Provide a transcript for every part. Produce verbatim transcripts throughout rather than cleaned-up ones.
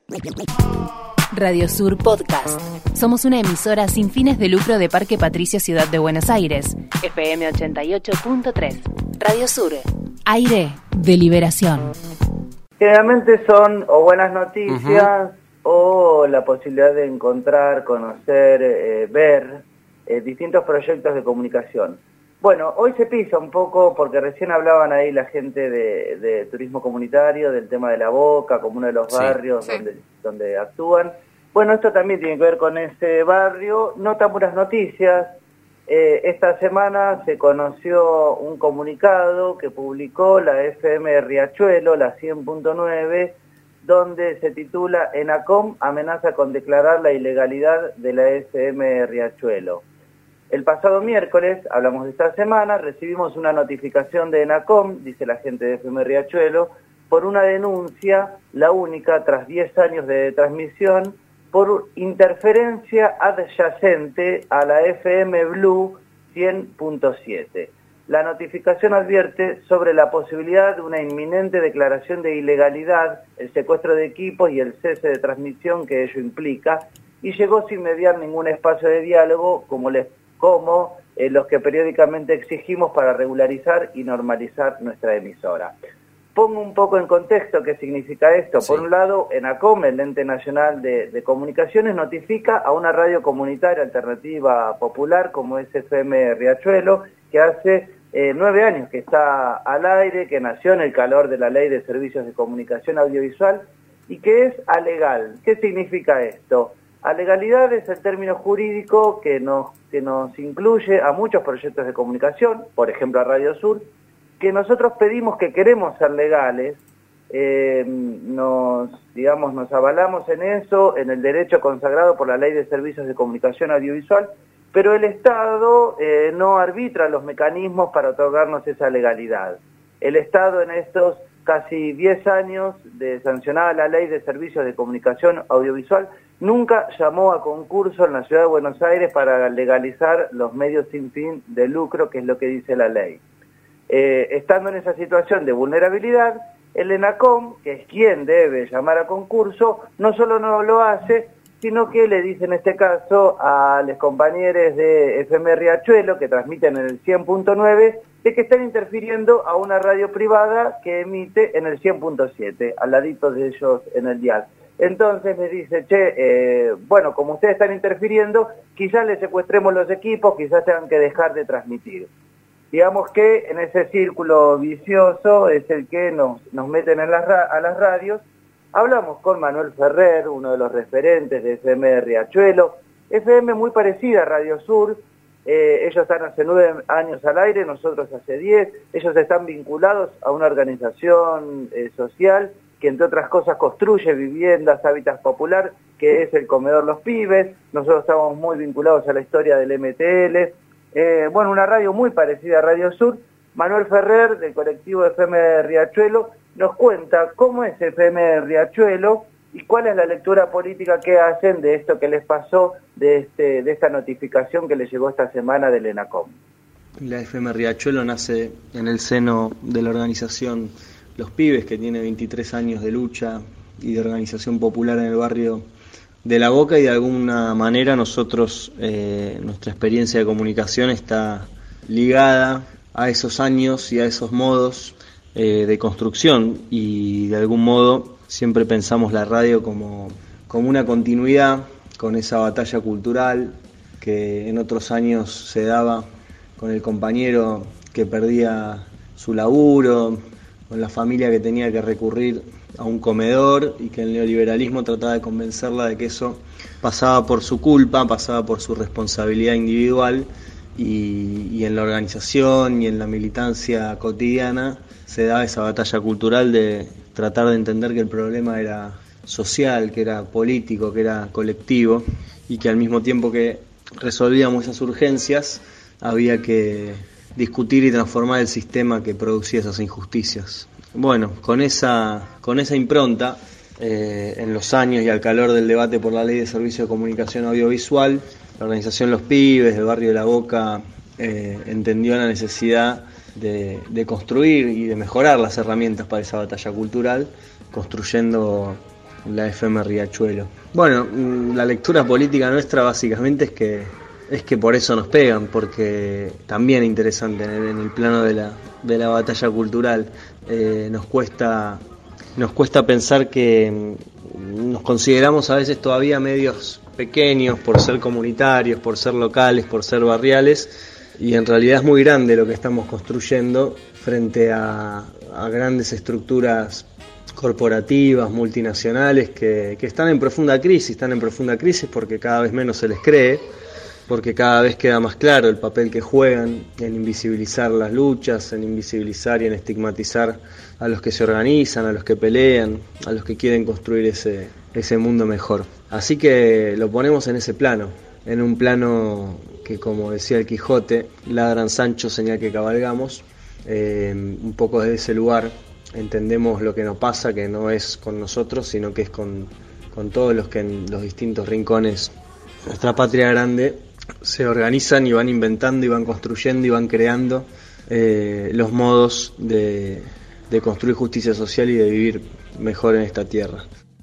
Radio Sur Podcast. Somos una emisora sin fines de lucro de Parque Patricio, Ciudad de Buenos Aires. F M ochenta y ocho punto tres. Radio Sur. Aire de liberación. Generalmente son o buenas noticias uh-huh. o la posibilidad de encontrar, conocer, eh, ver eh, distintos proyectos de comunicación. Bueno, hoy se pisa un poco porque recién hablaban ahí la gente de, de turismo comunitario, del tema de La Boca, como uno de los barrios sí, sí. Donde, donde actúan. Bueno, esto también tiene que ver con ese barrio, no tan buenas noticias. Eh, esta semana se conoció un comunicado que publicó la F M Riachuelo, la cien punto nueve, donde se titula ENACOM amenaza con declarar la ilegalidad de la F M Riachuelo. El pasado miércoles, hablamos de esta semana, recibimos una notificación de ENACOM, dice la gente de F M Riachuelo, por una denuncia, la única tras diez años de transmisión, por interferencia adyacente a la F M Blue cien punto siete. La notificación advierte sobre la posibilidad de una inminente declaración de ilegalidad, el secuestro de equipos y el cese de transmisión que ello implica, y llegó sin mediar ningún espacio de diálogo como les como eh, los que periódicamente exigimos para regularizar y normalizar nuestra emisora. Pongo un poco en contexto qué significa esto. Sí. Por un lado, ENACOM, el Ente Nacional de, de Comunicaciones, notifica a una radio comunitaria alternativa popular como es F M Riachuelo, que hace eh, nueve años que está al aire, que nació en el calor de la Ley de Servicios de Comunicación Audiovisual y que es alegal. ¿Qué significa esto? Alegalidad es el término jurídico que nos, que nos incluye a muchos proyectos de comunicación, por ejemplo a Radio Sur, que nosotros pedimos que queremos ser legales, eh, nos, digamos, nos avalamos en eso, en el derecho consagrado por la Ley de Servicios de Comunicación Audiovisual, pero el Estado eh, no arbitra los mecanismos para otorgarnos esa legalidad. El Estado en estos casi diez años de sancionada la Ley de Servicios de Comunicación Audiovisual nunca llamó a concurso en la Ciudad de Buenos Aires para legalizar los medios sin fin de lucro, que es lo que dice la ley. Eh, estando en esa situación de vulnerabilidad, el ENACOM, que es quien debe llamar a concurso, no solo no lo hace, sino que le dice en este caso a los compañeros de F M Riachuelo, que transmiten en el cien punto nueve, de que están interfiriendo a una radio privada que emite en el cien punto siete, al ladito de ellos en el dial. Entonces me dice, che, eh, bueno, como ustedes están interfiriendo, quizás les secuestremos los equipos, quizás tengan que dejar de transmitir. Digamos que en ese círculo vicioso es el que nos, nos meten en las ra- a las radios. Hablamos con Manuel Ferrer, uno de los referentes de F M Riachuelo, F M muy parecida a Radio Sur, eh, ellos están hace nueve años al aire, nosotros hace diez, ellos están vinculados a una organización eh, social que entre otras cosas construye viviendas, hábitats popular, que es el Comedor Los Pibes. Nosotros estamos muy vinculados a la historia del M T L, eh, bueno, una radio muy parecida a Radio Sur. Manuel Ferrer, del colectivo F M Riachuelo, nos cuenta cómo es F M Riachuelo y cuál es la lectura política que hacen de esto que les pasó, de, este, de esta notificación que les llegó esta semana del ENACOM. La F M Riachuelo nace en el seno de la organización Los Pibes, que tiene veintitrés años de lucha y de organización popular en el barrio de La Boca, y de alguna manera nosotros, eh, nuestra experiencia de comunicación está ligada a esos años y a esos modos eh, de construcción, y de algún modo siempre pensamos la radio como, como una continuidad con esa batalla cultural que en otros años se daba con el compañero que perdía su laburo, con la familia que tenía que recurrir a un comedor, y que el neoliberalismo trataba de convencerla de que eso pasaba por su culpa, pasaba por su responsabilidad individual, y, y en la organización y en la militancia cotidiana se daba esa batalla cultural de tratar de entender que el problema era social, que era político, que era colectivo, y que al mismo tiempo que resolvíamos esas urgencias había que discutir y transformar el sistema que producía esas injusticias. Bueno, con esa, con esa impronta, eh, en los años y al calor del debate por la Ley de Servicios de Comunicación Audiovisual, la organización Los Pibes del barrio de La Boca eh, entendió la necesidad de, de construir y de mejorar las herramientas para esa batalla cultural, construyendo la F M Riachuelo. Bueno, la lectura política nuestra básicamente es que es que por eso nos pegan, porque también es interesante en el, en el plano de la de la batalla cultural. Eh, nos cuesta nos cuesta pensar que nos consideramos a veces todavía medios pequeños por ser comunitarios, por ser locales, por ser barriales, y en realidad es muy grande lo que estamos construyendo frente a, a grandes estructuras corporativas, multinacionales, que, que están en profunda crisis, están en profunda crisis porque cada vez menos se les cree, porque cada vez queda más claro el papel que juegan en invisibilizar las luchas, en invisibilizar y en estigmatizar a los que se organizan, a los que pelean, a los que quieren construir ese, ese mundo mejor. Así que lo ponemos en ese plano, en un plano que, como decía el Quijote, ladran Sancho, señal que cabalgamos, eh, un poco desde ese lugar entendemos lo que nos pasa, que no es con nosotros, sino que es con, con todos los que en los distintos rincones de nuestra patria grande se organizan y van inventando y van construyendo y van creando eh, los modos de, de construir justicia social y de vivir mejor en esta tierra.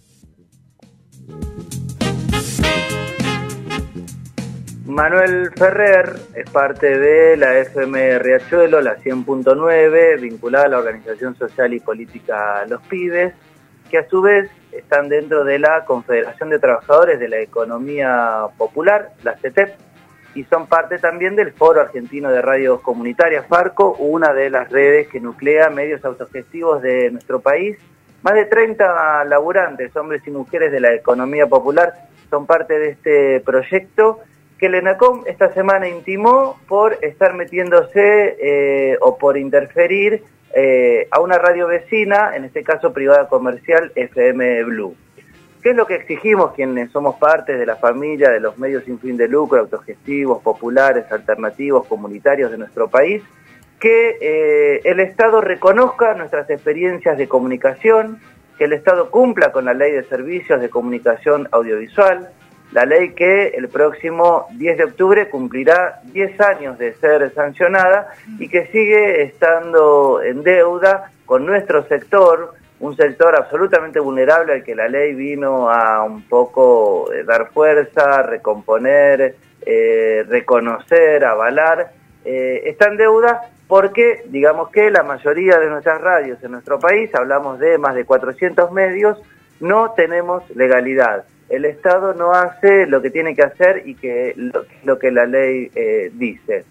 Manuel Ferrer es parte de la F M Riachuelo, la cien punto nueve, vinculada a la organización social y política Los Pibes, que a su vez están dentro de la Confederación de Trabajadores de la Economía Popular, la C E T E P, y son parte también del Foro Argentino de Radios Comunitarias, FARCO, una de las redes que nuclea medios autogestivos de nuestro país. Más de treinta laburantes, hombres y mujeres de la economía popular, son parte de este proyecto que el ENACOM esta semana intimó por estar metiéndose eh, o por interferir eh, a una radio vecina, en este caso privada comercial F M Blue. ¿Qué es lo que exigimos quienes somos parte de la familia de los medios sin fin de lucro, autogestivos, populares, alternativos, comunitarios de nuestro país? Que eh, el Estado reconozca nuestras experiencias de comunicación, que el Estado cumpla con la Ley de Servicios de Comunicación Audiovisual, la ley que el próximo diez de octubre cumplirá diez años de ser sancionada y que sigue estando en deuda con nuestro sector, un sector absolutamente vulnerable al que la ley vino a un poco eh, dar fuerza, recomponer, eh, reconocer, avalar. Eh, está en deuda porque, digamos que la mayoría de nuestras radios en nuestro país, hablamos de más de cuatrocientos medios, no tenemos legalidad. El Estado no hace lo que tiene que hacer y que lo, lo que la ley eh, dice.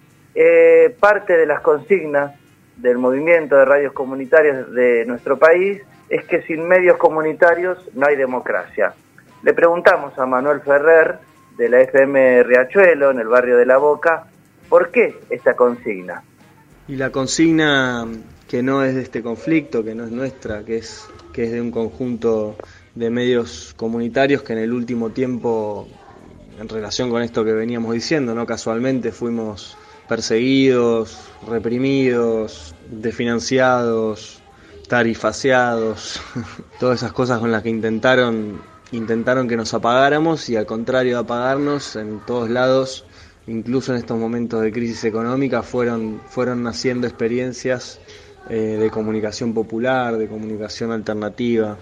Eh, parte de las consignas del movimiento de radios comunitarias de nuestro país es que sin medios comunitarios no hay democracia. Le preguntamos a Manuel Ferrer, de la F M Riachuelo, en el barrio de La Boca, ¿por qué esta consigna? Y la consigna que no es de este conflicto, que no es nuestra, que es, que es de un conjunto de medios comunitarios que en el último tiempo, en relación con esto que veníamos diciendo, no casualmente fuimos perseguidos, reprimidos, desfinanciados, tarifaciados, todas esas cosas con las que intentaron intentaron que nos apagáramos, y al contrario de apagarnos, en todos lados, incluso en estos momentos de crisis económica, fueron fueron naciendo experiencias eh, de comunicación popular, de comunicación alternativa,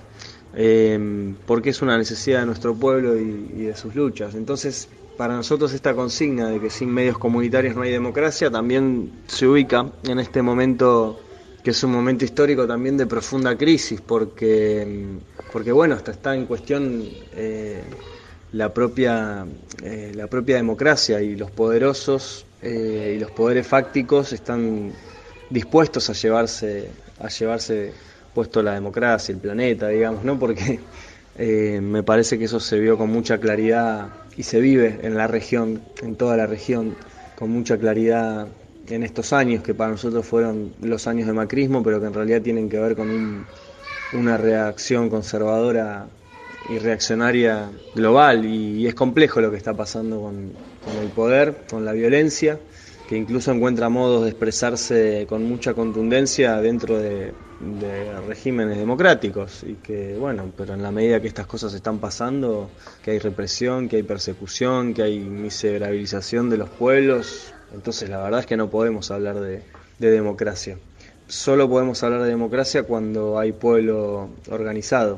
eh, porque es una necesidad de nuestro pueblo y, y de sus luchas. Entonces, para nosotros esta consigna de que sin medios comunitarios no hay democracia también se ubica en este momento, que es un momento histórico también de profunda crisis, porque, porque bueno, hasta está en cuestión eh, la propia eh, la propia democracia, y los poderosos eh, y los poderes fácticos están dispuestos a llevarse a llevarse puesto la democracia, el planeta, digamos, ¿no? Porque eh, me parece que eso se vio con mucha claridad y se vive en la región, en toda la región, con mucha claridad en estos años, que para nosotros fueron los años de macrismo, pero que en realidad tienen que ver con un, una reacción conservadora y reaccionaria global, y, y es complejo lo que está pasando con, con el poder, con la violencia, que incluso encuentra modos de expresarse con mucha contundencia dentro de, de regímenes democráticos, y que bueno, pero en la medida que estas cosas están pasando, que hay represión, que hay persecución, que hay miserabilización de los pueblos, entonces la verdad es que no podemos hablar de, de democracia. Solo podemos hablar de democracia cuando hay pueblo organizado.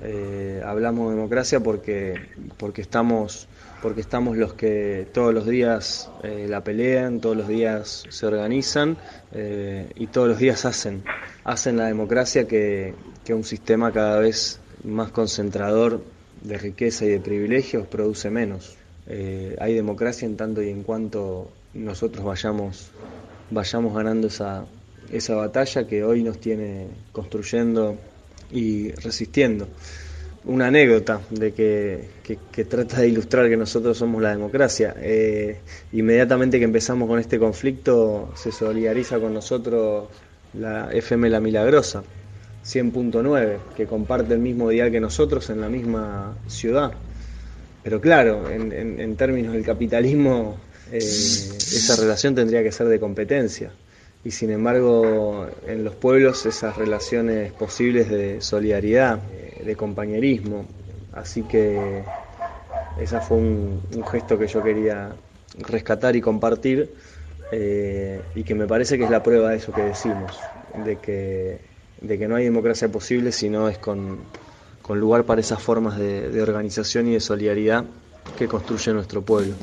Eh, hablamos de democracia porque, porque estamos, porque estamos los que todos los días eh, la pelean, todos los días se organizan eh, y todos los días hacen, hacen la democracia que, que un sistema cada vez más concentrador de riqueza y de privilegios produce menos. Eh, hay democracia en tanto y en cuanto nosotros vayamos, vayamos ganando esa, esa batalla que hoy nos tiene construyendo y resistiendo. Una anécdota de que, que, que trata de ilustrar que nosotros somos la democracia. Eh, inmediatamente que empezamos con este conflicto se solidariza con nosotros la F M La Milagrosa, cien punto nueve, que comparte el mismo dial que nosotros en la misma ciudad. Pero claro, en, en, en términos del capitalismo, eh, esa relación tendría que ser de competencia. Y sin embargo, en los pueblos esas relaciones posibles de solidaridad, de compañerismo. Así que ese fue un, un gesto que yo quería rescatar y compartir, eh, y que me parece que es la prueba de eso que decimos, de que, de que no hay democracia posible si no es con, con lugar para esas formas de, de organización y de solidaridad que construye nuestro pueblo.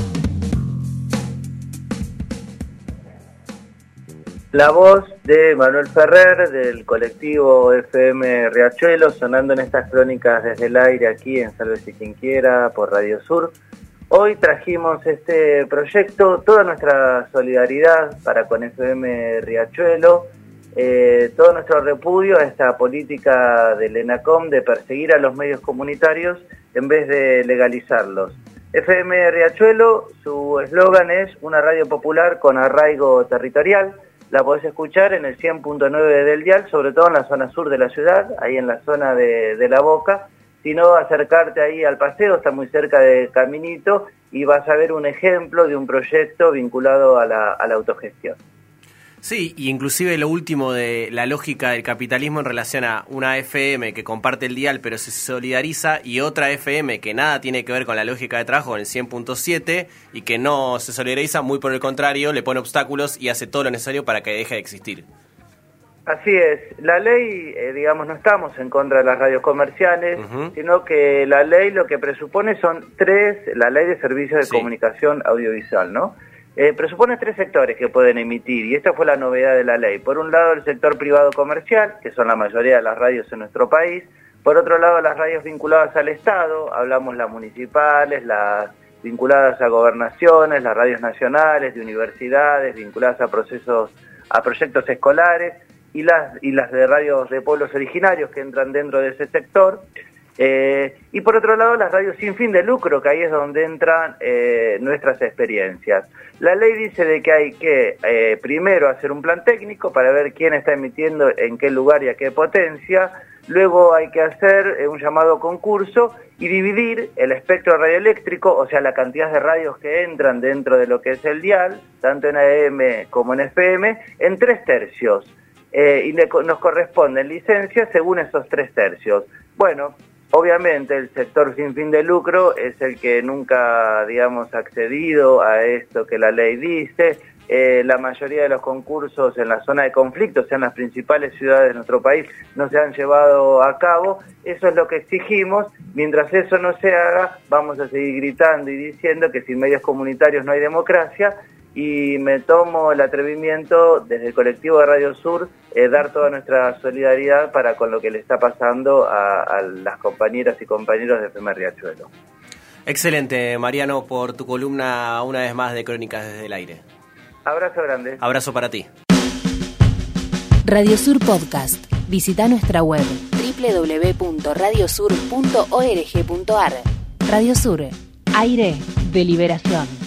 La voz de Manuel Ferrer, del colectivo F M Riachuelo, sonando en estas crónicas desde el aire aquí en Sálvese Quien Quiera por Radio Sur. Hoy trajimos este proyecto, toda nuestra solidaridad para con F M Riachuelo, eh, todo nuestro repudio a esta política del ENACOM de perseguir a los medios comunitarios en vez de legalizarlos. F M Riachuelo, su eslogan es una radio popular con arraigo territorial. La podés escuchar en el cien punto nueve del dial, sobre todo en la zona sur de la ciudad, ahí en la zona de, de La Boca. Si no, acercarte ahí al paseo, está muy cerca de Caminito, y vas a ver un ejemplo de un proyecto vinculado a la, a la autogestión. Sí, y inclusive lo último de la lógica del capitalismo en relación a una F M que comparte el dial pero se solidariza, y otra F M que nada tiene que ver con la lógica de trabajo en el cien punto siete y que no se solidariza, muy por el contrario, le pone obstáculos y hace todo lo necesario para que deje de existir. Así es, la ley, eh, digamos, no estamos en contra de las radios comerciales, uh-huh. sino que la ley lo que presupone son tres, la ley de servicios de sí. comunicación audiovisual, ¿no? Eh, presupone tres sectores que pueden emitir, y esta fue la novedad de la ley. Por un lado, el sector privado comercial, que son la mayoría de las radios en nuestro país. Por otro lado, las radios vinculadas al Estado, hablamos las municipales, las vinculadas a gobernaciones, las radios nacionales, de universidades, vinculadas a procesos, a proyectos escolares, y las, y las de radios de pueblos originarios que entran dentro de ese sector. Eh, y por otro lado, las radios sin fin de lucro, que ahí es donde entran eh, nuestras experiencias. La ley dice de que hay que eh, primero hacer un plan técnico para ver quién está emitiendo en qué lugar y a qué potencia. Luego hay que hacer eh, un llamado concurso y dividir el espectro radioeléctrico, o sea, la cantidad de radios que entran dentro de lo que es el dial, tanto en A M como en F M, en tres tercios. Eh, y le, nos corresponden licencias según esos tres tercios. Bueno, obviamente el sector sin fin de lucro es el que nunca, digamos, ha accedido a esto que la ley dice. Eh, la mayoría de los concursos en la zona de conflicto, o sea, en las principales ciudades de nuestro país, no se han llevado a cabo. Eso es lo que exigimos. Mientras eso no se haga, vamos a seguir gritando y diciendo que sin medios comunitarios no hay democracia. Y me tomo el atrevimiento desde el colectivo de Radio Sur eh, dar toda nuestra solidaridad para con lo que le está pasando a, a las compañeras y compañeros de F M Riachuelo. Excelente, Mariano, por tu columna una vez más de Crónicas desde el Aire. Abrazo grande. Abrazo para ti. Radio Sur Podcast. Visita nuestra web doble u doble u doble u punto radio sur punto org punto a r. Radio Sur, aire de liberación.